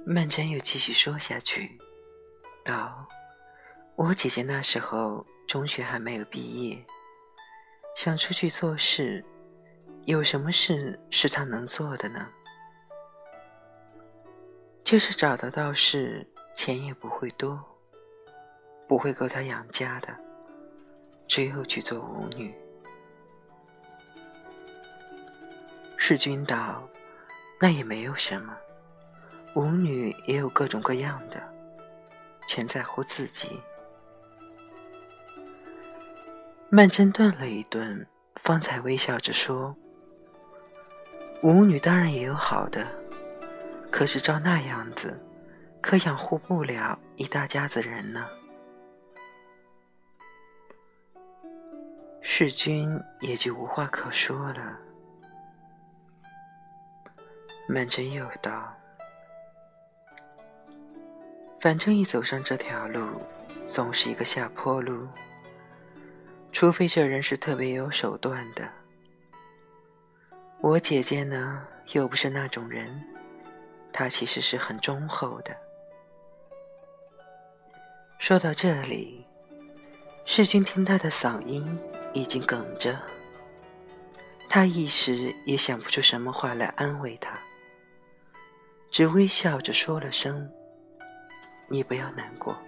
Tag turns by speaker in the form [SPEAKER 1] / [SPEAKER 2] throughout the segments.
[SPEAKER 1] 曼桢又继续说下去，道：我姐姐那时候中学还没有毕业，想出去做事，有什么事是她能做的呢？就是找得到事，钱也不会多，不会够她养家的，只有去做舞女。世君道：那也没有什么，舞女也有各种各样的，全在乎自己。曼桢顿了一顿，方才微笑着说：舞女当然也有好的，可是照那样子，可养活不了一大家子人呢。世君也就无话可说了。曼桢又道：反正一走上这条路，总是一个下坡路，除非这人是特别有手段的。我姐姐呢，又不是那种人，她其实是很忠厚的。说到这里，世君听她的嗓音已经哽着，他一时也想不出什么话来安慰她，只微笑着说了声：你不要难过。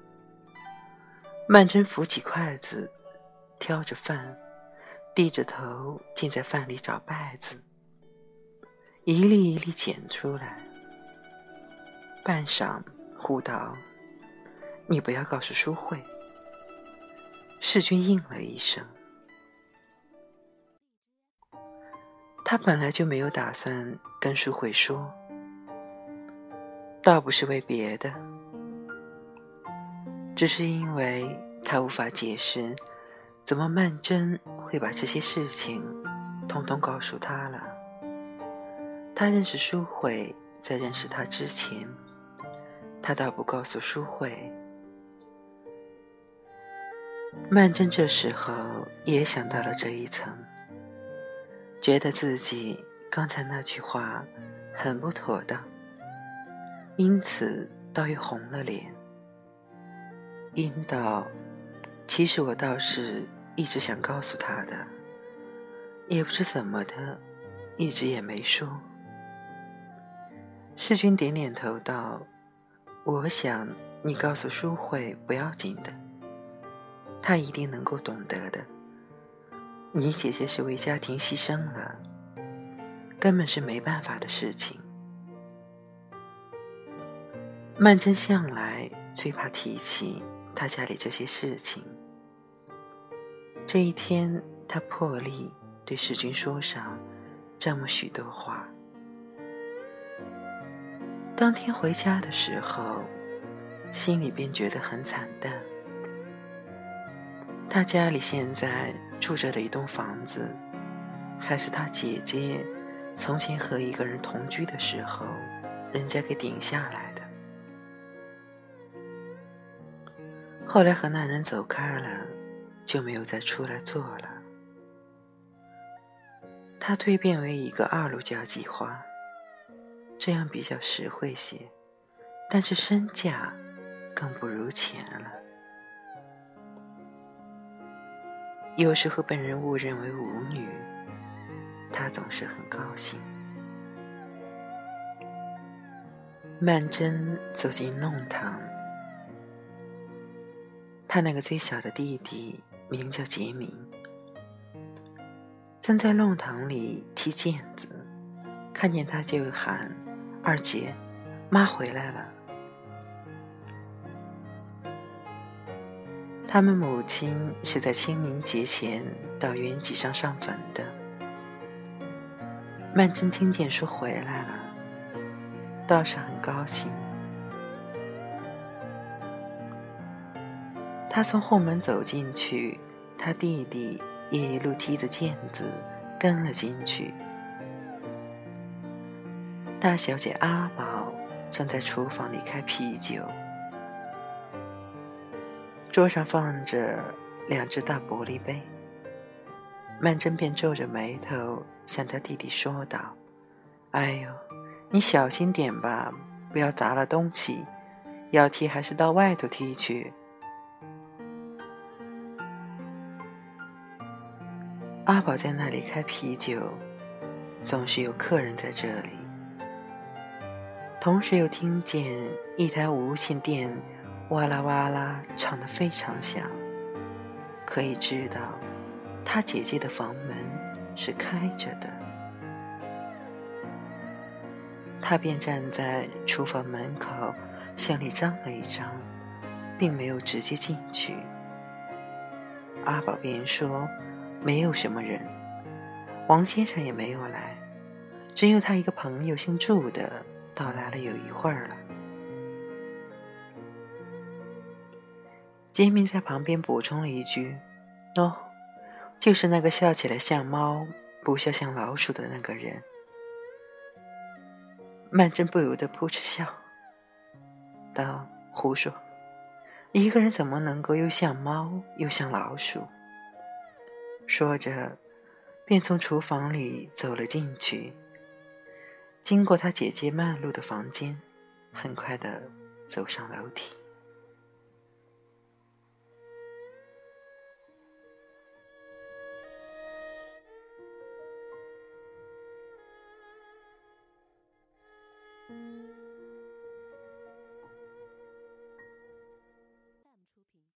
[SPEAKER 1] 曼桢扶起筷子，挑着饭，低着头竟在饭里找稗子，一粒一粒捡出来。半晌呼道：你不要告诉淑慧。世君应了一声。他本来就没有打算跟淑慧说，倒不是为别的，只是因为他无法解释怎么曼桢会把这些事情统统告诉他了。他认识淑慧，在认识他之前，他倒不告诉淑慧。曼桢这时候也想到了这一层，觉得自己刚才那句话很不妥当，因此倒又红了脸，应道：其实我倒是一直想告诉他的，也不知怎么的，一直也没说。世君点点头道：我想你告诉淑慧不要紧的，她一定能够懂得的。你姐姐是为家庭牺牲了，根本是没办法的事情。曼桢向来最怕提起她家里这些事情，这一天她破例对世君说上这么许多话。当天回家的时候，心里便觉得很惨淡。他家里现在住着的一栋房子，还是他姐姐从前和一个人同居的时候人家给顶下来的。后来和那人走开了，就没有再出来做了。他蜕变为一个二路交际花，这样比较实惠些，但是身价更不如前了。有时候被人误认为舞女，她总是很高兴。曼桢走进弄堂，她那个最小的弟弟名叫杰明，正在弄堂里踢毽子，看见他就喊：二姐，妈回来了。他们母亲是在清明节前到原籍上上坟的。曼桢听见说回来了，倒是很高兴。他从后门走进去，他弟弟也一路踢着毽子跟了进去。大小姐阿宝正在厨房里开啤酒，桌上放着2只大玻璃杯。曼桢便皱着眉头向他弟弟说道：哎呦，你小心点吧， 不要砸了东西，要踢还是到外头踢去。”阿宝在那里开啤酒，总是有客人在这里，同时又听见一台无线电哇啦哇啦唱得非常响，可以知道他姐姐的房门是开着的。他便站在厨房门口向里张了一张，并没有直接进去。阿宝便说没有什么人，王先生也没有来，只有他一个朋友姓祝的到来了有一会儿了。杰明在旁边补充了一句：“哦，就是那个笑起来像猫，不笑像老鼠的那个人。”曼桢不由得扑哧笑道：“胡说，一个人怎么能够又像猫又像老鼠？”说着便从厨房里走了进去，经过他姐姐曼露的房间，很快地走上楼梯。